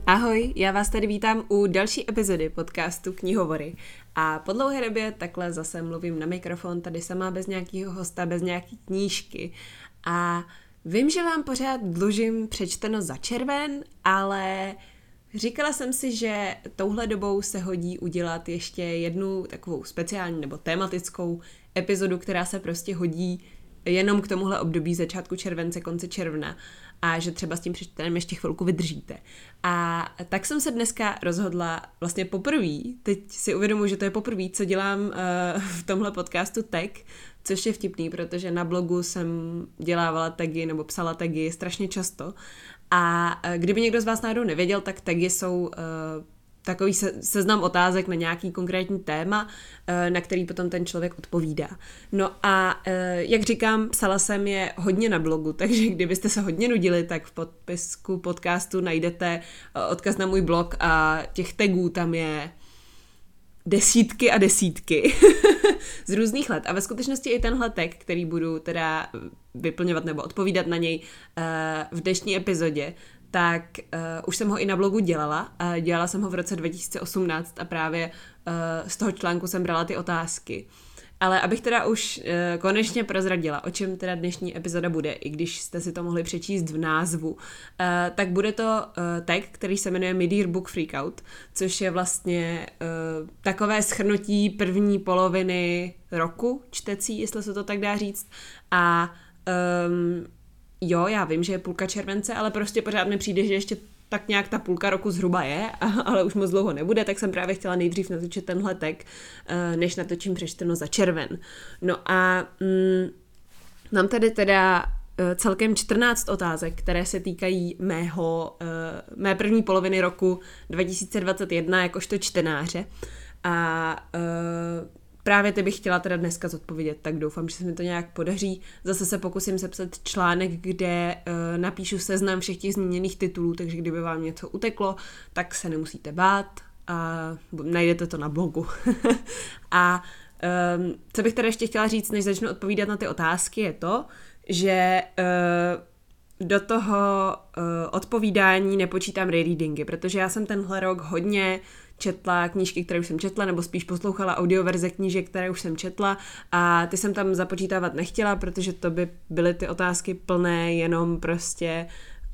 Ahoj, já vás tady vítám u další epizody podcastu Knihovory. A po dlouhé době takhle zase mluvím na mikrofon, tady sama bez nějakého hosta, bez nějaký knížky. A vím, že vám pořád dlužím přečteno za červen, ale říkala jsem si, že touhle dobou se hodí udělat ještě jednu takovou speciální nebo tematickou epizodu, která se prostě hodí jenom k tomuhle období začátku července, konce června a že třeba s tím přečtenem ještě chvilku vydržíte. A tak jsem se dneska rozhodla vlastně poprvé, teď si uvědomuji, že to je poprvé, co dělám v tomhle podcastu tag, což je vtipný, protože na blogu jsem dělávala tagy nebo psala tagy strašně často a kdyby někdo z vás náhodou nevěděl, tak tagy jsou takový seznam otázek na nějaký konkrétní téma, na který potom ten člověk odpovídá. No a jak říkám, psala jsem je hodně na blogu, takže kdybyste se hodně nudili, tak v podpisku podcastu najdete odkaz na můj blog a těch tagů tam je desítky a desítky z různých let. A ve skutečnosti i tenhle tag, který budu teda vyplňovat nebo odpovídat na něj v dnešní epizodě, tak už jsem ho i na blogu dělala. Dělala jsem ho v roce 2018 a právě z toho článku jsem brala ty otázky. Ale abych teda už konečně prozradila, o čem teda dnešní epizoda bude, i když jste si to mohli přečíst v názvu, tak bude to tag, který se jmenuje Mid-Year Book Freakout, což je vlastně takové shrnutí první poloviny roku čtecí, jestli se to tak dá říct. A jo, já vím, že je půlka července, ale prostě pořád mi přijde, že ještě tak nějak ta půlka roku zhruba je, ale už moc dlouho nebude, tak jsem právě chtěla nejdřív natočit tenhle tag, než natočím přečteno za červen. No a mám tady teda celkem 14 otázek, které se týkají mé první poloviny roku 2021 jakožto čtenáře. A právě ty bych chtěla teda dneska zodpovědět, tak doufám, že se mi to nějak podaří. Zase se pokusím sepsat článek, kde napíšu seznam všech těch zmíněných titulů, takže kdyby vám něco uteklo, tak se nemusíte bát a najdete to na blogu. A co bych teda ještě chtěla říct, než začnu odpovídat na ty otázky, je to, že do toho odpovídání nepočítám rereadingy, protože já jsem tenhle rok hodně četla knížky, které už jsem četla, nebo spíš poslouchala audioverze knížek, které už jsem četla a ty jsem tam započítávat nechtěla, protože to by byly ty otázky plné jenom prostě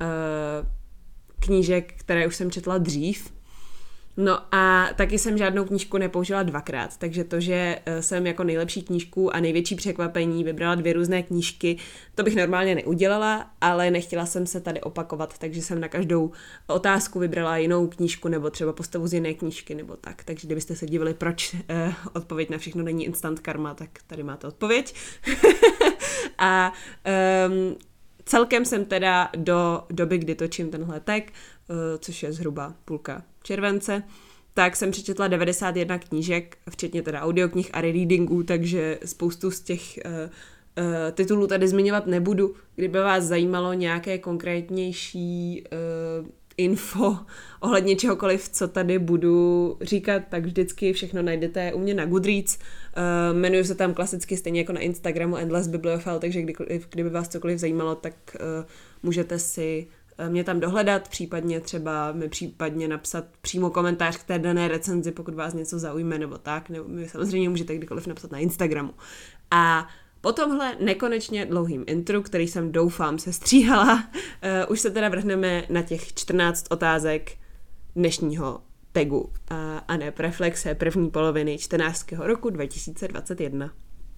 knížek, které už jsem četla dřív. No a taky jsem žádnou knížku nepoužila dvakrát, takže to, že jsem jako nejlepší knížku a největší překvapení vybrala 2 různé knížky, to bych normálně neudělala, ale nechtěla jsem se tady opakovat, takže jsem na každou otázku vybrala jinou knížku nebo třeba postavu z jiné knížky nebo tak. Takže kdybyste se divili, proč odpověď na všechno není instant karma, tak tady máte odpověď. A celkem jsem teda do doby, kdy točím tenhle tag, což je zhruba půlka července, tak jsem přečetla 91 knížek, včetně teda audioknih a rereadingů, takže spoustu z těch titulů tady zmiňovat nebudu. Kdyby vás zajímalo nějaké konkrétnější info ohledně čehokoliv, co tady budu říkat, tak vždycky všechno najdete u mě na Goodreads. Jmenuji se tam klasicky stejně jako na Instagramu Endless Bibliophile, takže kdyby vás cokoliv zajímalo, tak můžete si mě tam dohledat, případně třeba mi napsat přímo komentář k té dané recenzi, pokud vás něco zaujme nebo tak, nebo mi samozřejmě můžete kdykoliv napsat na Instagramu. A po tomhle nekonečně dlouhým intru, který jsem doufám sestříhala, už se teda vrhneme na těch 14 otázek dnešního tagu a ne reflexe první poloviny 14. roku 2021.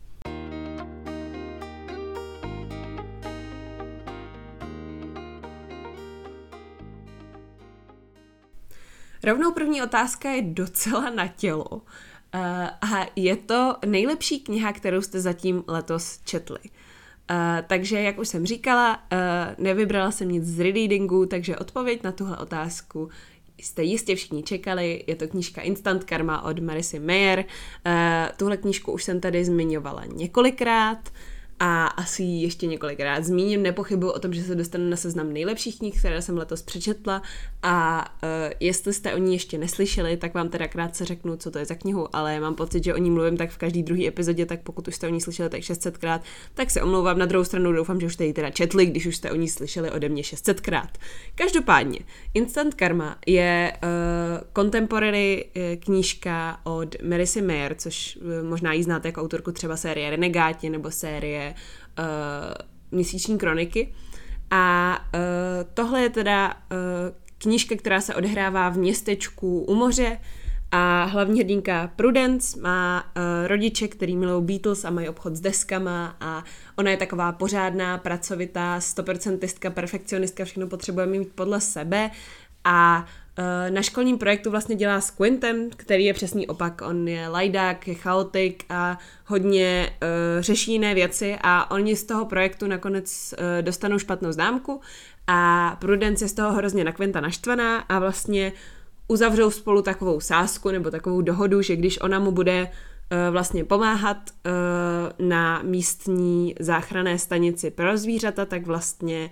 Rovnou první otázka je docela na tělo. A je to nejlepší kniha, kterou jste zatím letos četli. Takže, jak už jsem říkala, nevybrala jsem nic z rereadingu, takže odpověď na tuhle otázku jste jistě všichni čekali. Je to knížka Instant Karma od Marissy Meyer. Tuhle knížku už jsem tady zmiňovala několikrát a asi ji ještě několikrát zmíním. Nepochybuji o tom, že se dostanu na seznam nejlepších knih, které jsem letos přečetla a jestli jste o ní ještě neslyšeli, tak vám teda krátce řeknu, co to je za knihu, ale mám pocit, že o ní mluvím tak v každý druhý epizodě, tak pokud už jste o ní slyšeli tak 600krát, tak se omlouvám. Na druhou stranu doufám, že už jste ji teda četli, když už jste o ní slyšeli ode mě 600krát. Každopádně, Instant Karma je contemporary knížka od Marissa Mayer, což možná ji znáte jako autorku třeba série Renegáti nebo série Měsíční kroniky. A tohle je teda knížka, která se odehrává v městečku u moře a hlavní hrdinka Prudence má rodiče, který milují Beatles a mají obchod s deskama a ona je taková pořádná, pracovitá, 100%istka, perfekcionistka, všechno potřebuje mít podle sebe a na školním projektu vlastně dělá s Quintem, který je přesný opak. On je lajdák, je chaotik a hodně řeší jiné věci a oni z toho projektu nakonec dostanou špatnou známku a Prudence je z toho hrozně na Quinta naštvaná a vlastně uzavřou spolu takovou sázku nebo takovou dohodu, že když ona mu bude vlastně pomáhat na místní záchranné stanici pro zvířata, tak vlastně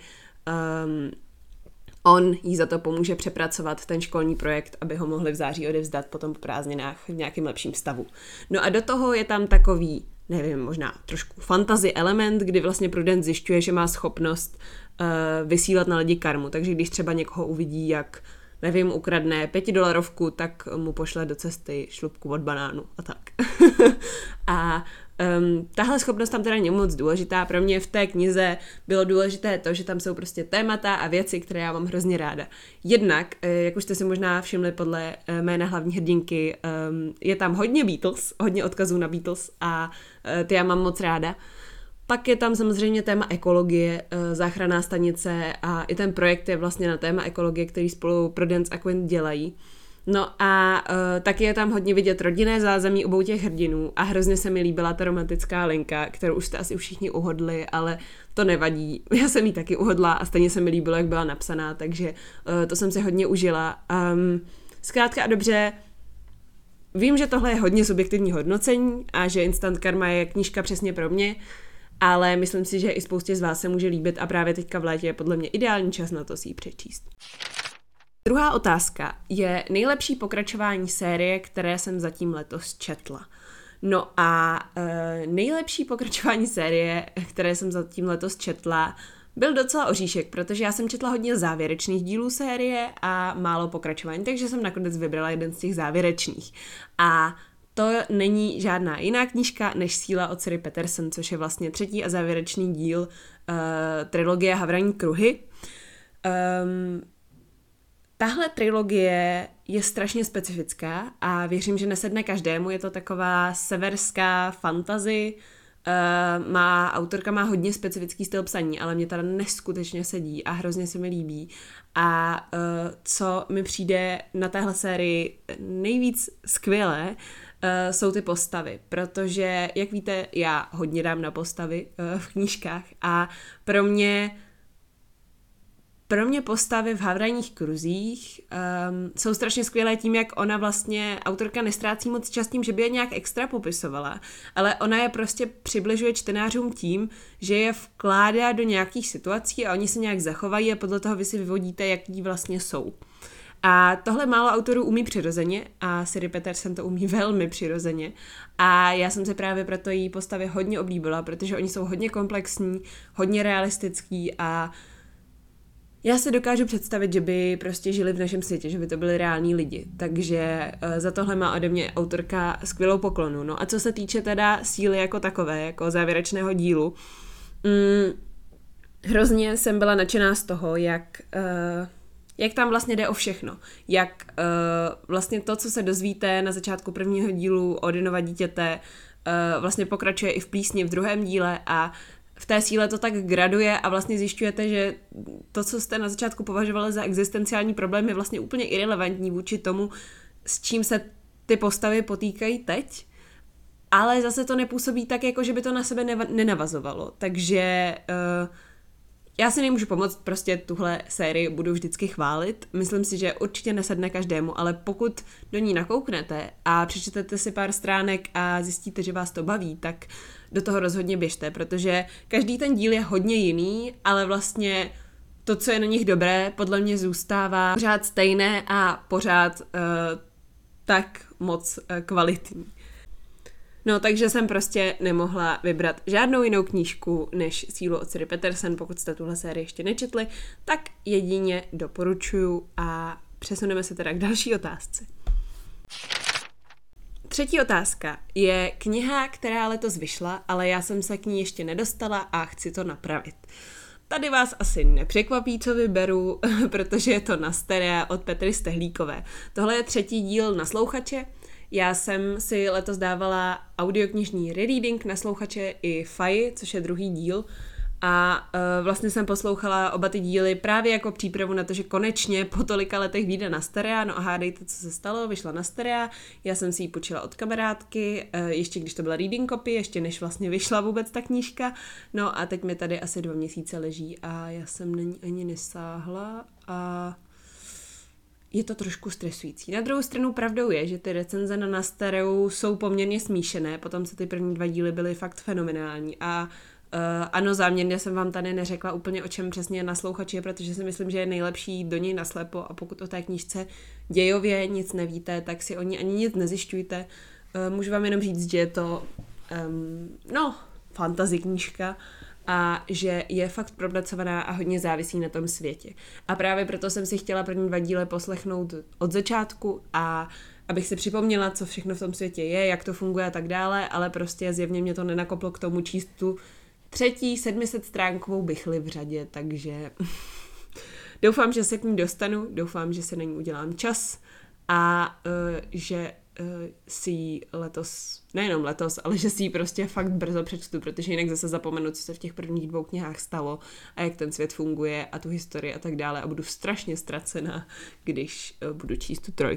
on jí za to pomůže přepracovat ten školní projekt, aby ho mohli v září odevzdat potom po prázdninách v nějakém lepším stavu. No a do toho je tam takový, nevím, možná trošku fantasy element, kdy vlastně Prudence zjišťuje, že má schopnost vysílat na lidi karmu, takže když třeba někoho uvidí, jak nevím, ukradne $5, tak mu pošle do cesty šlupku od banánu a tak. A tahle schopnost tam teda není moc důležitá. Pro mě v té knize bylo důležité to, že tam jsou prostě témata a věci, které já mám hrozně ráda. Jednak, jak už jste si možná všimli podle jména hlavní hrdinky, je tam hodně Beatles, hodně odkazů na Beatles a ty já mám moc ráda. Pak je tam samozřejmě téma ekologie, záchranná stanice a i ten projekt je vlastně na téma ekologie, který spolu Prudence a Quint dělají. No a taky je tam hodně vidět rodinné zázemí obou těch hrdinů a hrozně se mi líbila ta romantická linka, kterou už jste asi všichni uhodli, ale to nevadí. Já jsem ji taky uhodla a stejně se mi líbilo, jak byla napsaná, takže to jsem si hodně užila. Zkrátka a dobře, vím, že tohle je hodně subjektivní hodnocení a že Instant Karma je knížka přesně pro mě, ale myslím si, že i spoustě z vás se může líbit a právě teďka v létě je podle mě ideální čas na to si ji přečíst. Druhá otázka je nejlepší pokračování série, které jsem zatím letos četla. No a nejlepší pokračování série, které jsem zatím letos četla, byl docela oříšek, protože já jsem četla hodně závěrečných dílů série a málo pokračování, takže jsem nakonec vybrala jeden z těch závěrečných. A to není žádná jiná knížka než Síla od Siri Peterson, což je vlastně třetí a závěrečný díl trilogie Havraní kruhy. Tahle trilogie je strašně specifická a věřím, že nesedne každému. Je to taková severská fantasy. Autorka má hodně specifický styl psaní, ale mě teda neskutečně sedí a hrozně se mi líbí. A co mi přijde na téhle sérii nejvíc skvělé, jsou ty postavy, protože, jak víte, já hodně dám na postavy v knížkách a pro mě postavy v Havraních kruzích jsou strašně skvělé tím, jak ona vlastně, autorka nestrácí moc čas tím, že by je nějak extra popisovala, ale ona je prostě přibližuje čtenářům tím, že je vkládá do nějakých situací a oni se nějak zachovají a podle toho vy si vyvodíte, jaký vlastně jsou. A tohle málo autorů umí přirozeně a Siri Peterson to umí velmi přirozeně a já jsem se právě proto její postavy hodně oblíbila, protože oni jsou hodně komplexní, hodně realistický a já si dokážu představit, že by prostě žili v našem světě, že by to byli reální lidi, takže za tohle má ode mě autorka skvělou poklonu. No a co se týče teda síly jako takové, jako závěrečného dílu, hrozně jsem byla nadšená z toho, jak tam vlastně jde o všechno. Jak vlastně to, co se dozvíte na začátku prvního dílu Odinova dítěte, vlastně pokračuje i v Plísni v druhém díle a v té síle to tak graduje a vlastně zjišťujete, že to, co jste na začátku považovali za existenciální problém, je vlastně úplně irelevantní vůči tomu, s čím se ty postavy potýkají teď, ale zase to nepůsobí tak, jako že by to na sebe nenavazovalo. Takže Já si nemůžu pomoct, prostě tuhle sérii budu vždycky chválit. Myslím si, že určitě nesedne každému, ale pokud do ní nakouknete a přečtete si pár stránek a zjistíte, že vás to baví, tak do toho rozhodně běžte, protože každý ten díl je hodně jiný, ale vlastně to, co je na nich dobré, podle mě zůstává pořád stejné a pořád tak moc kvalitní. No, takže jsem prostě nemohla vybrat žádnou jinou knížku než Sílu od Siri Petersen. Pokud jste tuhle sérii ještě nečetli, tak jedině doporučuju a přesuneme se teda k další otázce. Třetí otázka je kniha, která letos vyšla, ale já jsem se k ní ještě nedostala a chci to napravit. Tady vás asi nepřekvapí, co vyberu, protože je to Nasteria od Petry Stehlíkové. Tohle je 3. díl Naslouchače. Já jsem si letos dávala audioknižní rereading Naslouchače i Faji, což je 2. díl. A vlastně jsem poslouchala oba ty díly právě jako přípravu na to, že konečně po tolika letech vyjde Nasteria. No a hádejte, co se stalo, vyšla Nasteria. Já jsem si ji půjčila od kamarádky, ještě když to byla reading copy, ještě než vlastně vyšla vůbec ta knížka. No a teď mi tady asi 2 měsíce leží a já jsem na ní ani nesáhla a je to trošku stresující. Na druhou stranu pravdou je, že ty recenze na Nasteriu jsou poměrně smíšené, potom se ty první 2 díly byly fakt fenomenální a ano, záměrně jsem vám tady neřekla úplně, o čem přesně Naslouchač je, protože si myslím, že je nejlepší do něj naslepo a pokud o té knížce dějově nic nevíte, tak si o ní ani nic nezjišťujte. Můžu vám jenom říct, že je to fantasy knížka a že je fakt propracovaná a hodně závisí na tom světě. A právě proto jsem si chtěla první 2 díly poslechnout od začátku a abych si připomněla, co všechno v tom světě je, jak to funguje a tak dále, ale prostě zjevně mě to nenakoplo k tomu číst tu 3. 700stránkovou bichli v řadě, takže doufám, že se k ní dostanu, doufám, že se na ní udělám čas a že si ji nejenom letos, ale že si ji prostě fakt brzo přečtu, protože jinak zase zapomenu, co se v těch prvních 2 knihách stalo a jak ten svět funguje a tu historii a tak dále a budu strašně ztracená, když budu číst tu 3.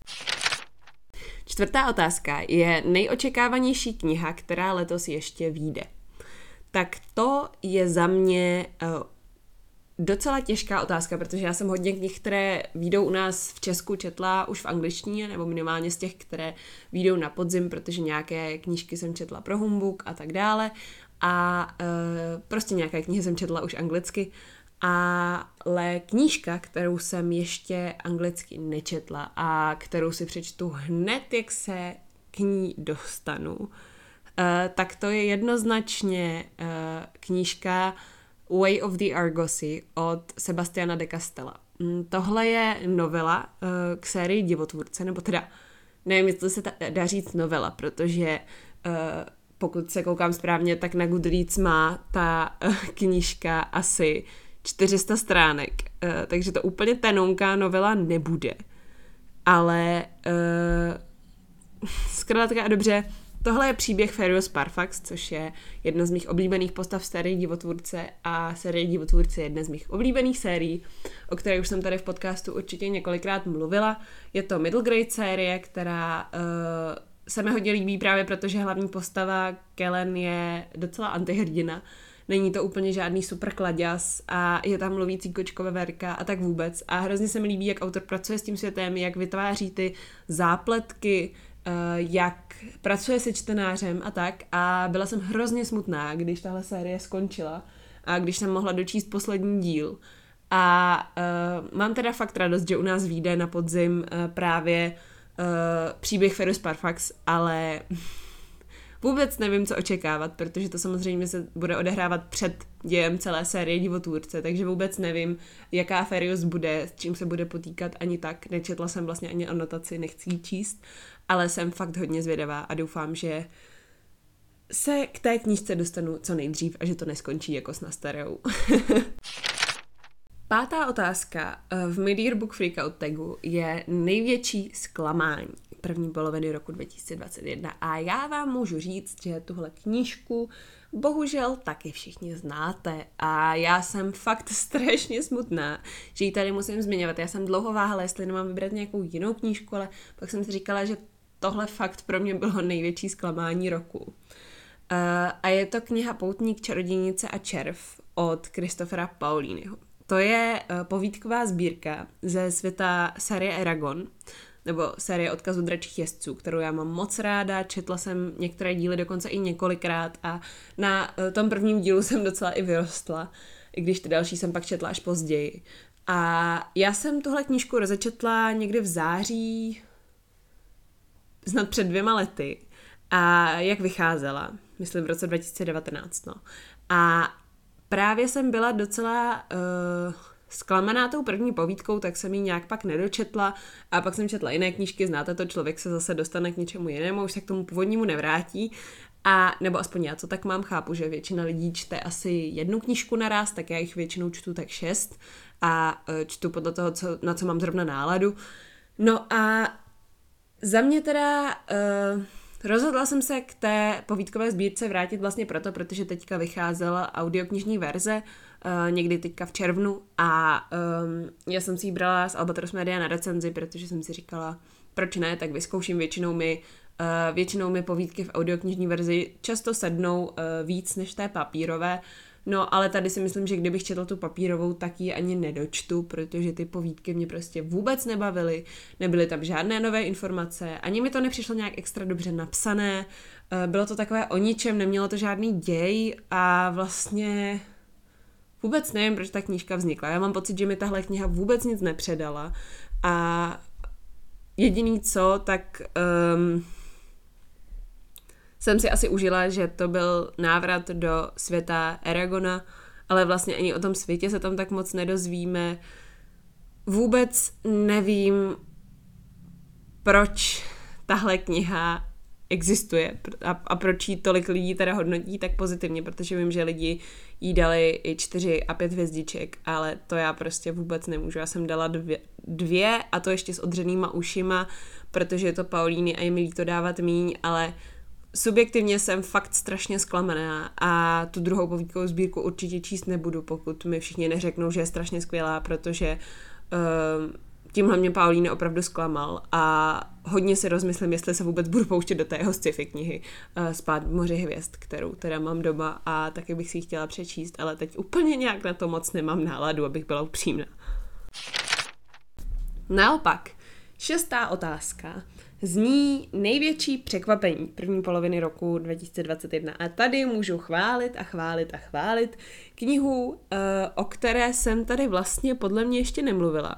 4. otázka je nejočekávanější kniha, která letos ještě vyjde. Tak to je za mě docela těžká otázka, protože já jsem hodně knih, které vyjdou u nás v Česku, četla už v angličtině, nebo minimálně z těch, které vyjdou na podzim, protože nějaké knížky jsem četla pro humbuk a tak dále a prostě nějaké knihy jsem četla už anglicky, ale knížka, kterou jsem ještě anglicky nečetla a kterou si přečtu hned, jak se k ní dostanu, tak to je jednoznačně knížka Way of the Argosy od Sebastiana de Castella. Tohle je novela k sérii Divotvůrce, nebo teda nevím, jestli se dá říct novela, protože pokud se koukám správně, tak na Goodreads má ta knížka asi 400 stránek, takže to úplně tenonká novela nebude. Ale zkrátka a dobře, tohle je příběh Ferius Parfax, což je jedna z mých oblíbených postav v sérii Divotvůrce a série Divotvůrce je jedna z mých oblíbených sérií, o které už jsem tady v podcastu určitě několikrát mluvila. Je to middle grade série, která se mi hodně líbí právě protože hlavní postava Kellen je docela antihrdina. Není to úplně žádný super kladěz a je tam mluvící kočko veverka a tak vůbec. A hrozně se mi líbí, jak autor pracuje s tím světem, jak vytváří ty zápletky, jak pracuje se čtenářem a tak. A byla jsem hrozně smutná, když tahle série skončila a když jsem mohla dočíst poslední díl. A mám teda fakt radost, že u nás vyjde na podzim právě příběh Ferius Parfax, ale vůbec nevím, co očekávat, protože to samozřejmě se bude odehrávat před dějem celé série Divotvůrce, takže vůbec nevím, jaká Ferius bude, s čím se bude potýkat ani tak. Nečetla jsem vlastně ani anotaci, nechci ji číst, ale jsem fakt hodně zvědavá a doufám, že se k té knížce dostanu co nejdřív a že to neskončí jako s Nasteriou. 5. otázka v Mid-Year Book Freakout tagu je největší zklamání první poloviny roku 2021 a já vám můžu říct, že tuhle knížku bohužel taky všichni znáte a já jsem fakt strašně smutná, že ji tady musím zmiňovat. Já jsem dlouho váhala, jestli nemám vybrat nějakou jinou knížku, ale pak jsem si říkala, že tohle fakt pro mě bylo největší zklamání roku. A je to kniha Poutník, čarodějnice a červ od Christophera Paoliniho. To je povídková sbírka ze světa série Eragon, nebo série Odkazu dračích jezdců, kterou já mám moc ráda, četla jsem některé díly dokonce i několikrát a na tom prvním dílu jsem docela i vyrostla, i když ty další jsem pak četla až později. A já jsem tuhle knížku rozečetla někdy v září, snad před 2 lety, a jak vycházela, myslím v roce 2019, no. A právě jsem byla docela zklamaná tou první povídkou, tak jsem ji nějak pak nedočetla a pak jsem četla jiné knížky, znáte to, člověk se zase dostane k něčemu jinému, už se k tomu původnímu nevrátí, a nebo aspoň já to tak mám, chápu, že většina lidí čte asi 1 knížku naraz, tak já jich většinou čtu tak 6 a čtu podle toho, na co mám zrovna náladu. No a za mě teda rozhodla jsem se k té povídkové sbírce vrátit vlastně proto, protože teďka vycházela audioknižní verze, někdy teďka v červnu, a já jsem si ji brala z Albatros Media na recenzi, protože jsem si říkala, proč ne, tak vyzkouším, většinou mi povídky v audioknižní verzi často sednou víc než té papírové. No, ale tady si myslím, že kdybych četla tu papírovou, tak ji ani nedočtu, protože ty povídky mě prostě vůbec nebavily, nebyly tam žádné nové informace, ani mi to nepřišlo nějak extra dobře napsané, bylo to takové o ničem, nemělo to žádný děj a vlastně vůbec nevím, proč ta knížka vznikla. Já mám pocit, že mi tahle kniha vůbec nic nepředala a jediný co, tak jsem si asi užila, že to byl návrat do světa Eragona, ale vlastně ani o tom světě se tam tak moc nedozvíme. Vůbec nevím, proč tahle kniha existuje a proč ji tolik lidí teda hodnotí tak pozitivně, protože vím, že lidi jí dali i 4 a 5 hvězdiček, ale to já prostě vůbec nemůžu. Já jsem dala 2 a to ještě s odřenýma ušima, protože je to Paolini a je mi líto dávat míň, ale subjektivně jsem fakt strašně zklamaná a tu druhou povídkovou sbírku určitě číst nebudu, pokud mi všichni neřeknou, že je strašně skvělá, protože tímhle mě Paolini opravdu zklamal a hodně si rozmyslím, jestli se vůbec budu pouštět do té jeho sci-fi knihy Spát v moři hvězd, kterou teda mám doma a taky bych si ji chtěla přečíst, ale teď úplně nějak na to moc nemám náladu, abych byla upřímná. Naopak, 6. otázka zní největší překvapení první poloviny roku 2021. A tady můžu chválit knihu, o které jsem tady vlastně podle mě ještě nemluvila.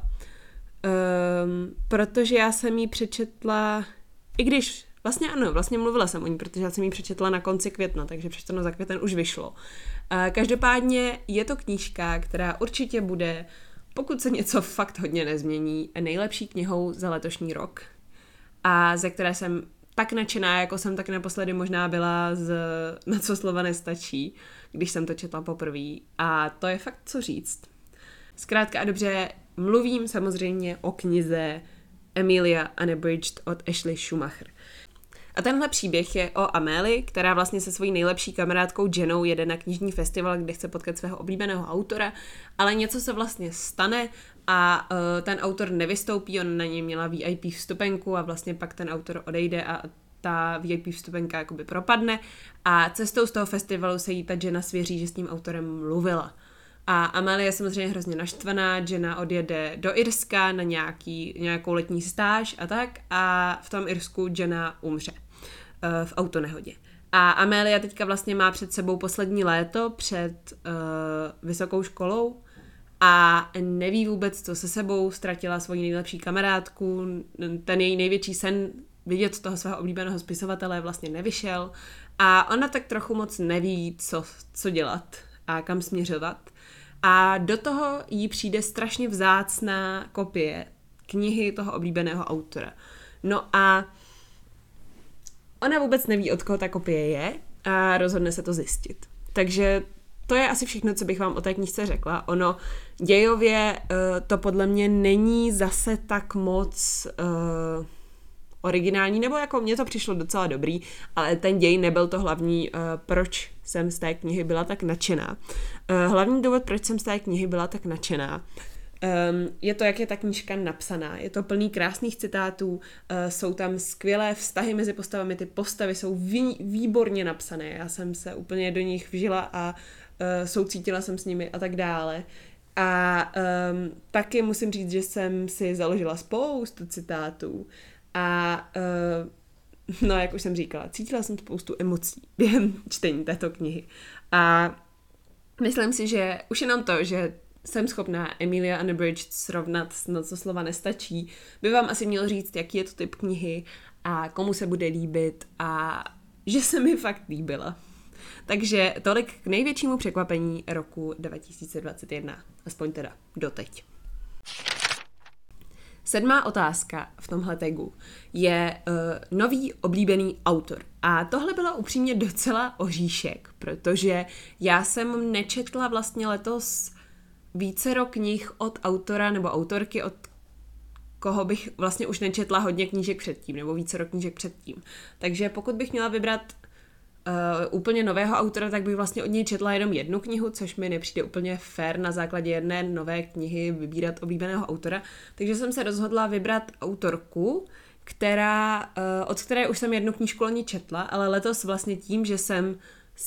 Protože já jsem ji přečetla, i když vlastně mluvila jsem o ní, protože já jsem ji přečetla na konci května, takže Přečteno za květen už vyšlo. Každopádně je to knížka, která určitě bude, pokud se něco fakt hodně nezmění, nejlepší knihou za letošní rok. A ze které jsem tak nadšená, jako jsem tak naposledy možná byla z Na co slova nestačí, když jsem to četla poprvé. A to je fakt co říct. Zkrátka a dobře, mluvím samozřejmě o knize Emilia Unabridged od Ashley Schumacher. A tenhle příběh je o Amélie, která vlastně se svojí nejlepší kamarádkou Jennou jede na knižní festival, kde chce potkat svého oblíbeného autora, ale něco se vlastně stane a ten autor nevystoupí, on na něj měla VIP vstupenku a vlastně pak ten autor odejde a ta VIP vstupenka jakoby propadne a cestou z toho festivalu se jí ta Jenna svěří, že s tím autorem mluvila. A Amélie je samozřejmě hrozně naštvaná, Jenna odjede do Irska na nějakou letní stáž a tak a v tom Irsku Jenna umře v autonehodě. A Amélia teďka vlastně má před sebou poslední léto před vysokou školou a neví vůbec, co se sebou, ztratila svoji nejlepší kamarádku, ten její největší sen vidět toho svého oblíbeného spisovatele vlastně nevyšel a ona tak trochu moc neví, co dělat a kam směřovat. A do toho jí přijde strašně vzácná kopie knihy toho oblíbeného autora. No a ona vůbec neví, od koho ta kopie je a rozhodne se to zjistit. Takže to je asi všechno, co bych vám o té knížce řekla. Ono dějově to podle mě není zase tak moc originální, nebo jako mně to přišlo docela dobrý, ale ten děj nebyl to hlavní, proč jsem z té knihy byla tak nadšená. Hlavní důvod, proč jsem z té knihy byla tak nadšená, je to, jak je ta knížka napsaná. Je to plný krásných citátů, jsou tam skvělé vztahy mezi postavami, ty postavy jsou výborně napsané. Já jsem se úplně do nich vžila a soucítila jsem s nimi a tak dále. A taky musím říct, že jsem si založila spoustu citátů a no, jak už jsem říkala, cítila jsem spoustu emocí během čtení této knihy. A myslím si, že už jenom to, že jsem schopná Amelia Unabridged srovnat s Noc co slova nestačí, by vám asi měl říct, jaký je to typ knihy a komu se bude líbit a že se mi fakt líbila. Takže tolik k největšímu překvapení roku 2021, aspoň teda doteď. 7. otázka v tomhle tagu je nový oblíbený autor. A tohle byla upřímně docela oříšek, protože já jsem nečetla vlastně letos vícero knih od autora nebo autorky, od koho bych vlastně už nečetla hodně knížek předtím, nebo vícero knížek předtím. Takže pokud bych měla vybrat úplně nového autora, tak bych vlastně od něj četla jenom jednu knihu, což mi nepřijde úplně fair na základě jedné nové knihy vybírat oblíbeného autora. Takže jsem se rozhodla vybrat autorku, od které už jsem jednu knížku loni četla, ale letos vlastně tím, že jsem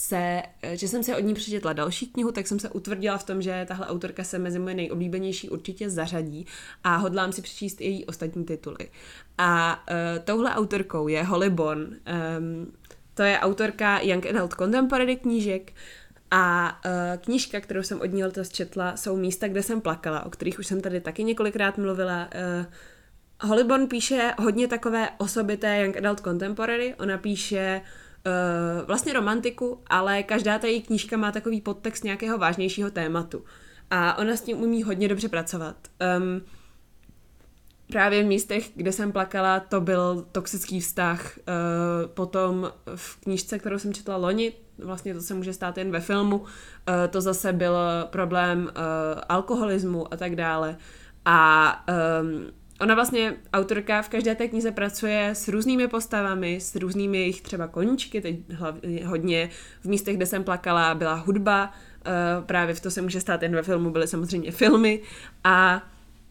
se od ní přečetla další knihu, tak jsem se utvrdila v tom, že tahle autorka se mezi moje nejoblíbenější určitě zařadí a hodlám si přečíst i její ostatní tituly. A touhle autorkou je Holly Bourne. To je autorka Young Adult Contemporary knížek a knížka, kterou jsem od ní letos četla, jsou Místa, kde jsem plakala, o kterých už jsem tady taky několikrát mluvila. Holly Bourne píše hodně takové osobité Young Adult Contemporary, ona píše vlastně romantiku, ale každá ta její knížka má takový podtext nějakého vážnějšího tématu a ona s tím umí hodně dobře pracovat. Právě v Místech, kde jsem plakala, to byl toxický vztah. Potom v knížce, kterou jsem četla loni, vlastně to se může stát jen ve filmu, to zase byl problém alkoholismu a tak dále. A ona vlastně, autorka v každé té knize pracuje s různými postavami, s různými jejich třeba koníčky, teď hlavně hodně v Místech, kde jsem plakala, byla hudba, právě v to se může stát jen ve filmu, byly samozřejmě filmy a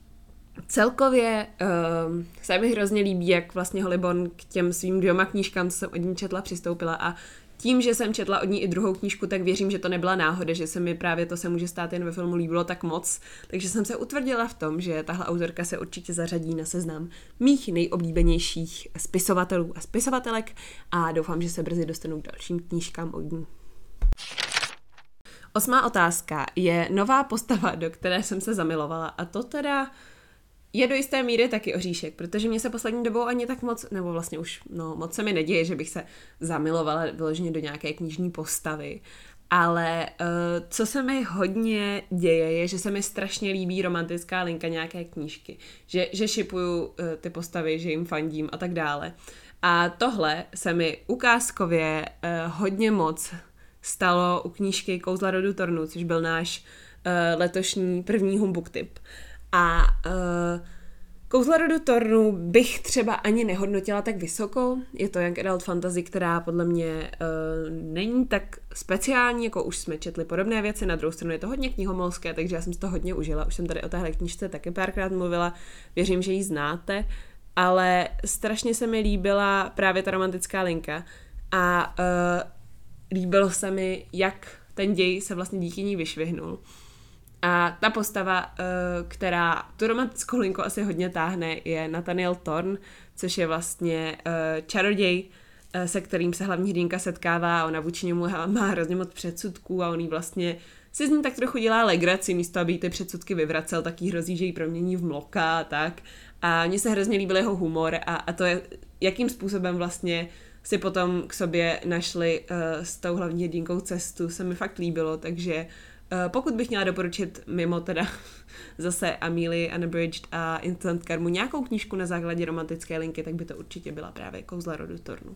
celkově se mi hrozně líbí, jak vlastně Holly Bourne k těm svým 2 knížkám, co jsem od ní četla, přistoupila a tím, že jsem četla od ní i druhou knížku, tak věřím, že to nebyla náhoda, že se mi právě to se může stát jen ve filmu líbilo tak moc, takže jsem se utvrdila v tom, že tahle autorka se určitě zařadí na seznam mých nejoblíbenějších spisovatelů a spisovatelek a doufám, že se brzy dostanu k dalším knížkám od ní. 8. otázka je nová postava, do které jsem se zamilovala a to teda je do jisté míry taky oříšek, protože mě se poslední dobou ani tak moc, nebo vlastně už moc se mi neděje, že bych se zamilovala vyloženě do nějaké knižní postavy, ale co se mi hodně děje, je, že se mi strašně líbí romantická linka nějaké knížky, že šipuju ty postavy, že jim fandím a tak dále. A tohle se mi ukázkově hodně moc stalo u knížky Kouzla rodu Tornu, což byl náš letošní první humbug tip. A Kouzla rodu Tornu bych třeba ani nehodnotila tak vysoko. Je to young adult fantasy, která podle mě není tak speciální, jako už jsme četli podobné věci. Na druhou stranu je to hodně knihomolské, takže já jsem si to hodně užila. Už jsem tady o téhle knížce taky párkrát mluvila. Věřím, že ji znáte. Ale strašně se mi líbila právě ta romantická linka. A líbilo se mi, jak ten děj se vlastně díky ní vyšvihnul. A ta postava, která tu romantickou linku asi hodně táhne, je Nathaniel Thorne, což je vlastně čaroděj, se kterým se hlavní hrdinka setkává a ona vůči němu má hrozně moc předsudků a on jí vlastně si z ní tak trochu dělá legraci, místo aby jí ty předsudky vyvracel, tak jí hrozí, že jí promění v mloka a tak. A mně se hrozně líbil jeho humor a to je, jakým způsobem vlastně si potom k sobě našli s tou hlavní hrdinkou cestu, se mi fakt líbilo, takže pokud bych měla doporučit mimo teda zase Amelia Unabridged a Instant Karmu nějakou knížku na základě romantické linky, tak by to určitě byla právě Kouzla rodu Tornu.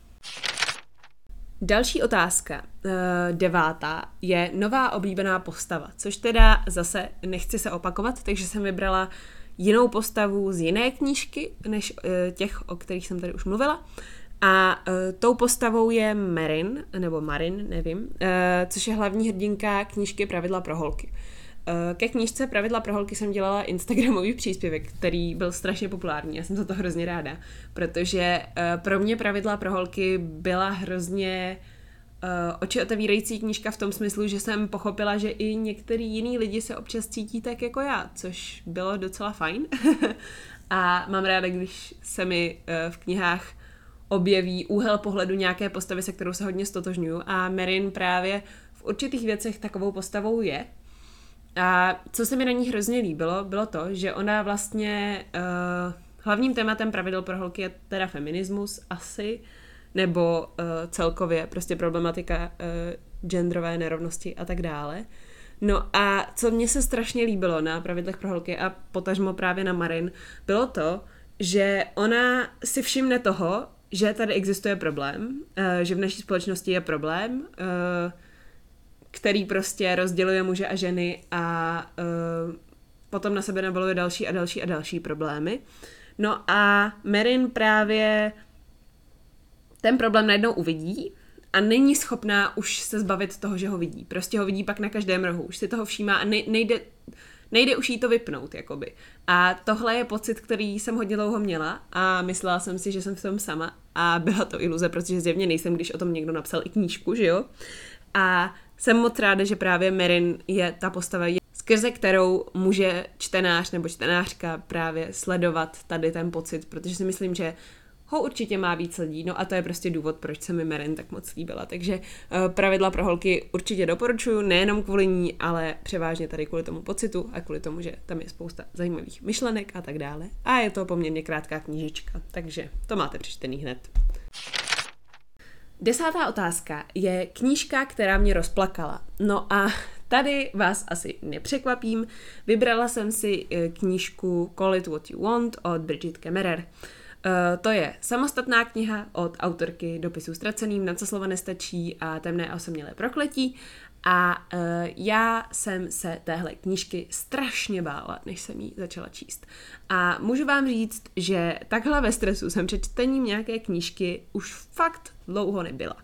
Další otázka, 9. je nová oblíbená postava, což teda zase nechci se opakovat, takže jsem vybrala jinou postavu z jiné knížky, než těch, o kterých jsem tady už mluvila. A tou postavou je Marin, nebo Marin, nevím, což je hlavní hrdinka knížky Pravidla pro holky. Ke knížce Pravidla pro holky jsem dělala instagramový příspěvek, který byl strašně populární. Já jsem za to hrozně ráda, protože pro mě Pravidla pro holky byla hrozně oči otevírající knížka v tom smyslu, že jsem pochopila, že i některý jiný lidi se občas cítí tak jako já, což bylo docela fajn. A mám ráda, když se mi v knihách objeví úhel pohledu nějaké postavy, se kterou se hodně stotožňuju. A Merin právě v určitých věcech takovou postavou je. A co se mi na ní hrozně líbilo, bylo to, že ona vlastně hlavním tématem pravidel pro holky je teda feminismus asi, nebo celkově prostě problematika genderové nerovnosti a tak dále. No a co mně se strašně líbilo na pravidlech pro holky a potažmo právě na Marin, bylo to, že ona si všimne toho, že tady existuje problém, že v naší společnosti je problém, který prostě rozděluje muže a ženy a potom na sebe nabaluje další a další a další problémy. No a Merin právě ten problém najednou uvidí a není schopná už se zbavit toho, že ho vidí. Prostě ho vidí pak na každém rohu, už si toho všímá a nejde už jí to vypnout, jakoby. A tohle je pocit, který jsem hodně dlouho měla a myslela jsem si, že jsem v tom sama a byla to iluze, protože zjevně nejsem, když o tom někdo napsal i knížku, že jo? A jsem moc ráda, že právě Merin je ta postava, skrze kterou může čtenář nebo čtenářka právě sledovat tady ten pocit, protože si myslím, že ho určitě má víc lidí, no a to je prostě důvod, proč se mi Merin tak moc líbila. Takže pravidla pro holky určitě doporučuji, nejenom kvůli ní, ale převážně tady kvůli tomu pocitu a kvůli tomu, že tam je spousta zajímavých myšlenek a tak dále. A je to poměrně krátká knížička, takže to máte přečtený hned. 10. otázka je knížka, která mě rozplakala. No a tady vás asi nepřekvapím, vybrala jsem si knížku Call It What You Want od Bridget Kemmerer. To je samostatná kniha od autorky Dopisů ztraceným, Na co slova nestačí a Temné a osamělé prokletí. A já jsem se téhle knížky strašně bála, než jsem ji začala číst. A můžu vám říct, že takhle ve stresu jsem před čtením nějaké knížky už fakt dlouho nebyla.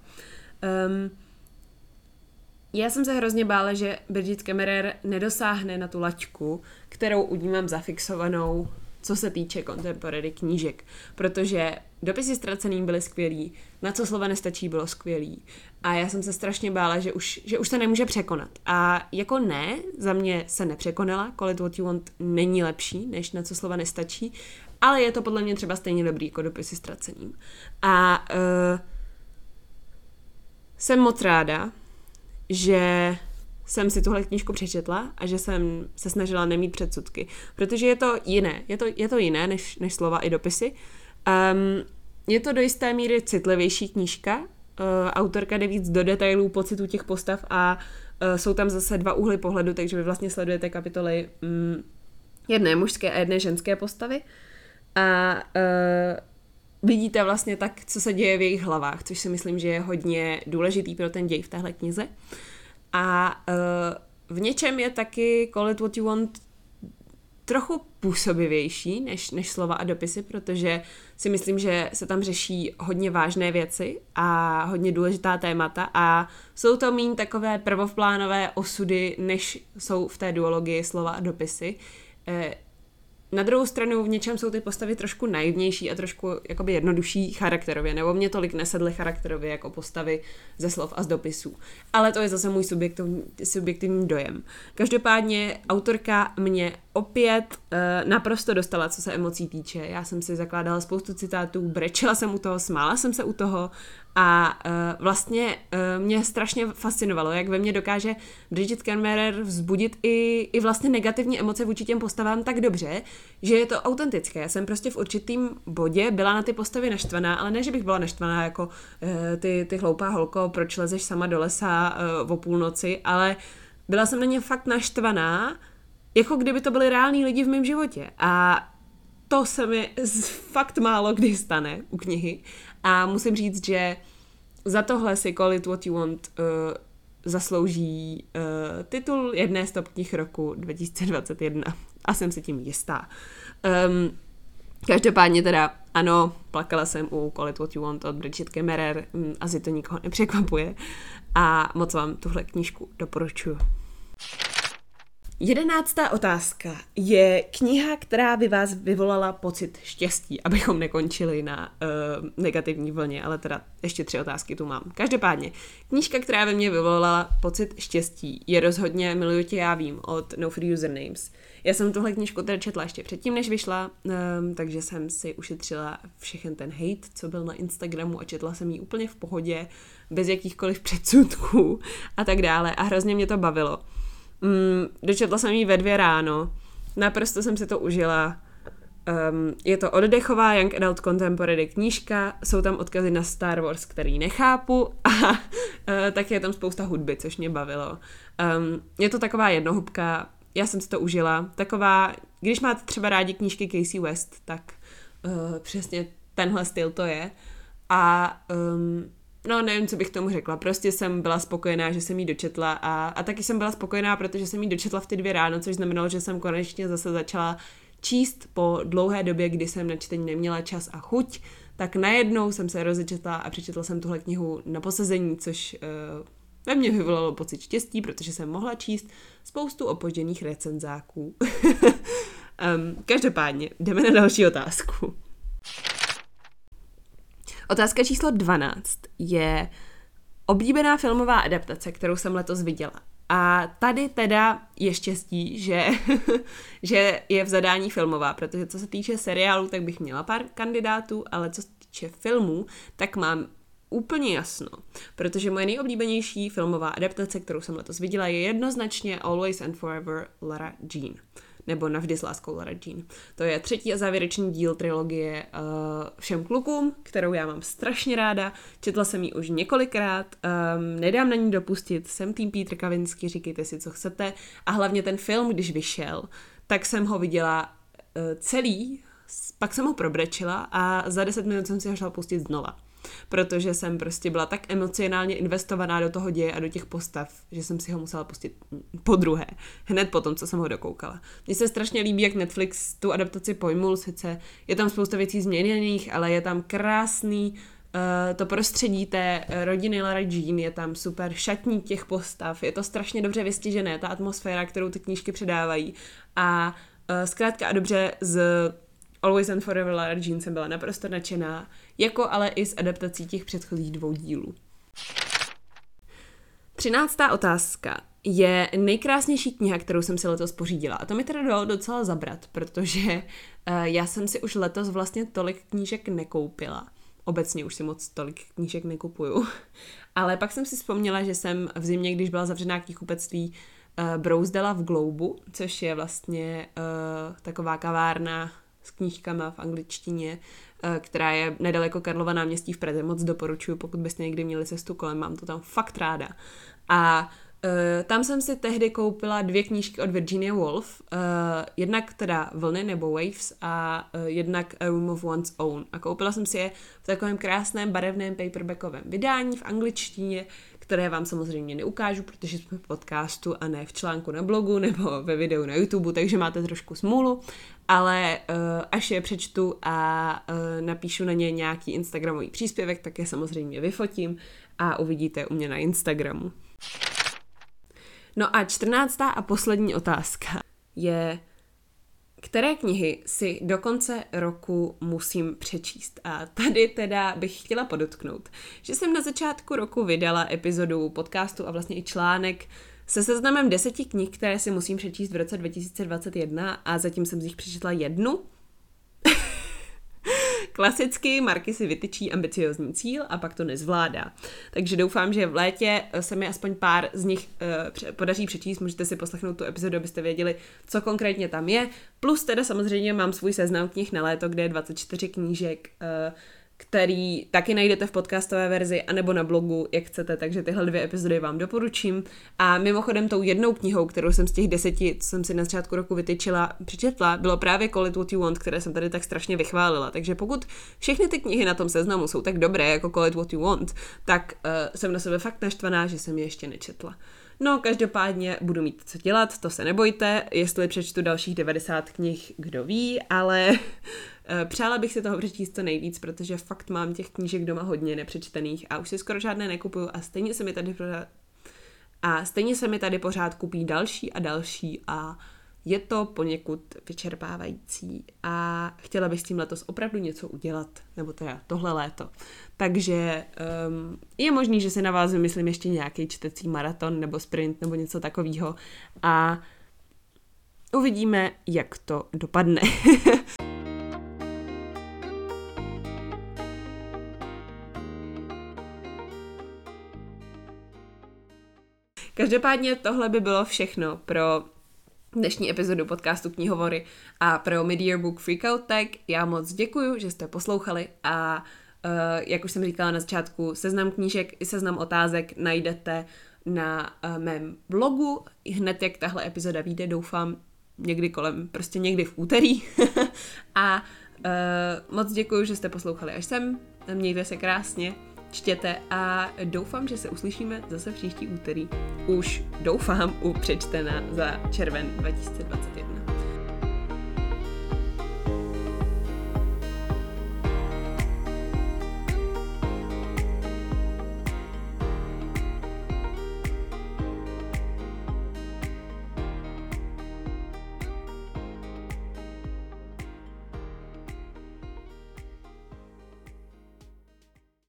Já jsem se hrozně bála, že Bridget Kemmerer nedosáhne na tu laťku, kterou u ní mám zafixovanou, co se týče contemporary knížek, protože Dopisy ztraceným byly skvělý, Na co slova nestačí bylo skvělý a já jsem se strašně bála, že už se nemůže překonat. A jako ne, za mě se nepřekonala, Call It What You Want není lepší, než Na co slova nestačí, ale je to podle mě třeba stejně dobrý jako Dopisy ztraceným. A jsem moc ráda, že jsem si tuhle knížku přečetla a že jsem se snažila nemít předsudky, protože je to jiné, je to jiné než slova i dopisy. Je to do jisté míry citlivější knížka, autorka jde víc do detailů pocitů těch postav a jsou tam zase dva úhly pohledu, takže vy vlastně sledujete kapitoly jedné mužské a jedné ženské postavy a vidíte vlastně tak, co se děje v jejich hlavách, což si myslím, že je hodně důležitý pro ten děj v téhle knize. A v něčem je taky Call It What You Want trochu působivější než slova a dopisy, protože si myslím, že se tam řeší hodně vážné věci a hodně důležitá témata a jsou to míň takové prvoplánové osudy, než jsou v té duologii slova a dopisy. Na druhou stranu v něčem jsou ty postavy trošku naivnější a trošku jakoby jednodušší charakterově, nebo mě tolik nesedly charakterově jako postavy ze slov a z dopisů. Ale to je zase můj subjektivní dojem. Každopádně autorka mě opět naprosto dostala, co se emocí týče. Já jsem si zakládala spoustu citátů, brečela jsem u toho, smála jsem se u toho a vlastně mě strašně fascinovalo, jak ve mně dokáže Bridget Kemmerer vzbudit i vlastně negativní emoce vůči těm postavám tak dobře, že je to autentické. Já jsem prostě v určitým bodě byla na ty postavy naštvaná, ale ne, že bych byla naštvaná jako ty hloupá holko, proč lezeš sama do lesa o půlnoci, ale byla jsem na ně fakt naštvaná, jako kdyby to byly reální lidi v mém životě. A to se mi fakt málo kdy stane u knihy. A musím říct, že za tohle si Call It What You Want zaslouží titul jedné z top knih roku 2021. A jsem si tím jistá. Každopádně teda, ano, plakala jsem u Call It What You Want od Bridget Kemmerer, asi to nikoho nepřekvapuje. A moc vám tuhle knížku doporučuji. 11. otázka je kniha, která by vás vyvolala pocit štěstí, abychom nekončili na negativní vlně, ale teda ještě 3 otázky tu mám. Každopádně, knížka, která ve mně vyvolala pocit štěstí, je rozhodně Miluju tě, já vím, od No Free Usernames. Já jsem tuhle knížku teda četla ještě předtím, než vyšla, takže jsem si ušetřila všechen ten hate, co byl na Instagramu a četla jsem ji úplně v pohodě, bez jakýchkoliv předsudků a tak dále a hrozně mě to bavilo. Dočetla jsem ji ve 2 ráno, naprosto jsem si to užila. Je to oddechová young adult contemporary knížka, jsou tam odkazy na Star Wars, který nechápu a taky je tam spousta hudby, což mě bavilo. Je to taková jednohubka, já jsem si to užila, taková, když máte třeba rádi knížky Casey West, tak přesně tenhle styl to je a no, nevím, co bych tomu řekla. Prostě jsem byla spokojená, že jsem ji dočetla a taky jsem byla spokojená, protože jsem ji dočetla v ty 2 ráno, což znamenalo, že jsem konečně zase začala číst po dlouhé době, kdy jsem na čtení neměla čas a chuť, tak najednou jsem se rozečetla a přečetla jsem tuhle knihu na posezení, což ve mně vyvolalo pocit štěstí, protože jsem mohla číst spoustu opožděných recenzáků. Každopádně, jdeme na další otázku. Otázka číslo 12 je oblíbená filmová adaptace, kterou jsem letos viděla. A tady teda je štěstí, že je v zadání filmová, protože co se týče seriálu, tak bych měla pár kandidátů, ale co se týče filmů, tak mám úplně jasno, protože moje nejoblíbenější filmová adaptace, kterou jsem letos viděla, je jednoznačně Always and Forever Lara Jean. Nebo Navždy s láskou Lara Jean. To je 3. a závěrečný díl trilogie Všem klukům, kterou já mám strašně ráda. Četla jsem ji už několikrát, nedám na ní dopustit, jsem tým Pítr Kavinsky, říkejte si, co chcete. A hlavně ten film, když vyšel, tak jsem ho viděla celý, pak jsem ho probrečila a za 10 minut jsem si ho šla pustit znova. Protože jsem prostě byla tak emocionálně investovaná do toho děje a do těch postav, že jsem si ho musela pustit podruhé, hned po tom, co jsem ho dokoukala. Mně se strašně líbí, jak Netflix tu adaptaci pojmul, sice je tam spousta věcí změněných, ale je tam krásný to prostředí té rodiny Lara Jean, je tam super šatník těch postav, je to strašně dobře vystižené, ta atmosféra, kterou ty knížky předávají a zkrátka a dobře z Always and Forever Lara Jean jsem byla naprosto nadšená, jako ale i z adaptací těch předchozích 2 dílů. 13. otázka je nejkrásnější kniha, kterou jsem si letos pořídila. A to mi teda dalo docela zabrat, protože já jsem si už letos vlastně tolik knížek nekoupila. Obecně už si moc tolik knížek nekupuju. Ale pak jsem si vzpomněla, že jsem v zimě, když byla zavřená knihkupectví, brouzdala v Globu, což je vlastně taková kavárna s knížkama v angličtině, která je nedaleko Karlova náměstí v Praze. Moc doporučuji, pokud byste někdy měli cestu kolem, mám to tam fakt ráda. A tam jsem si tehdy koupila 2 knížky od Virginia Woolf, jednak teda Vlny nebo Waves a jednak A Room of One's Own. A koupila jsem si je v takovém krásném barevném paperbackovém vydání v angličtině, které vám samozřejmě neukážu, protože jsme v podcastu a ne v článku na blogu nebo ve videu na YouTube, takže máte trošku smůlu, ale až je přečtu a napíšu na ně nějaký instagramový příspěvek, tak je samozřejmě vyfotím a uvidíte u mě na Instagramu. No a 14. a poslední otázka je, které knihy si do konce roku musím přečíst. A tady teda bych chtěla podotknout, že jsem na začátku roku vydala epizodu podcastu a vlastně i článek se seznamem 10 knih, které si musím přečíst v roce 2021 a zatím jsem z nich přečetla 1. Klasicky Marky si vytyčí ambiciozní cíl a pak to nezvládá. Takže doufám, že v létě se mi aspoň pár z nich podaří přečíst. Můžete si poslechnout tu epizodu, abyste věděli, co konkrétně tam je. Plus teda samozřejmě mám svůj seznam knih na léto, kde je 24 knížek, který taky najdete v podcastové verzi anebo na blogu, jak chcete, takže tyhle 2 epizody vám doporučím. A mimochodem tou 1 knihou, kterou jsem z těch 10, co jsem si na začátku roku přečetla, bylo právě Call It What You Want, které jsem tady tak strašně vychválila. Takže pokud všechny ty knihy na tom seznamu jsou tak dobré jako Call It What You Want, tak jsem na sebe fakt naštvaná, že jsem je ještě nečetla. No, každopádně budu mít co dělat, to se nebojte, jestli přečtu dalších 90 knih, kdo ví, ale přála bych si toho přečíst co nejvíc, protože fakt mám těch knížek doma hodně nepřečtených a už si skoro žádné nekupuju a stejně se mi tady A stejně se mi tady pořád kupí další a další a je to poněkud vyčerpávající a chtěla bych s tím letos opravdu něco udělat, nebo teda tohle léto. Takže je možný, že si na vás vymyslím ještě nějaký čtecí maraton nebo sprint nebo něco takového a uvidíme, jak to dopadne. Každopádně tohle by bylo všechno pro dnešní epizodu podcastu Knihovory a pro Mid-Year Book Freakout Tag. Já moc děkuju, že jste poslouchali a jak už jsem říkala na začátku, seznam knížek i seznam otázek najdete na mém blogu. Hned jak tahle epizoda vyjde, doufám někdy v úterý. A moc děkuju, že jste poslouchali až sem. Mějte se krásně, čtěte a doufám, že se uslyšíme zase příští úterý. Už doufám u přečtena za červen 2021.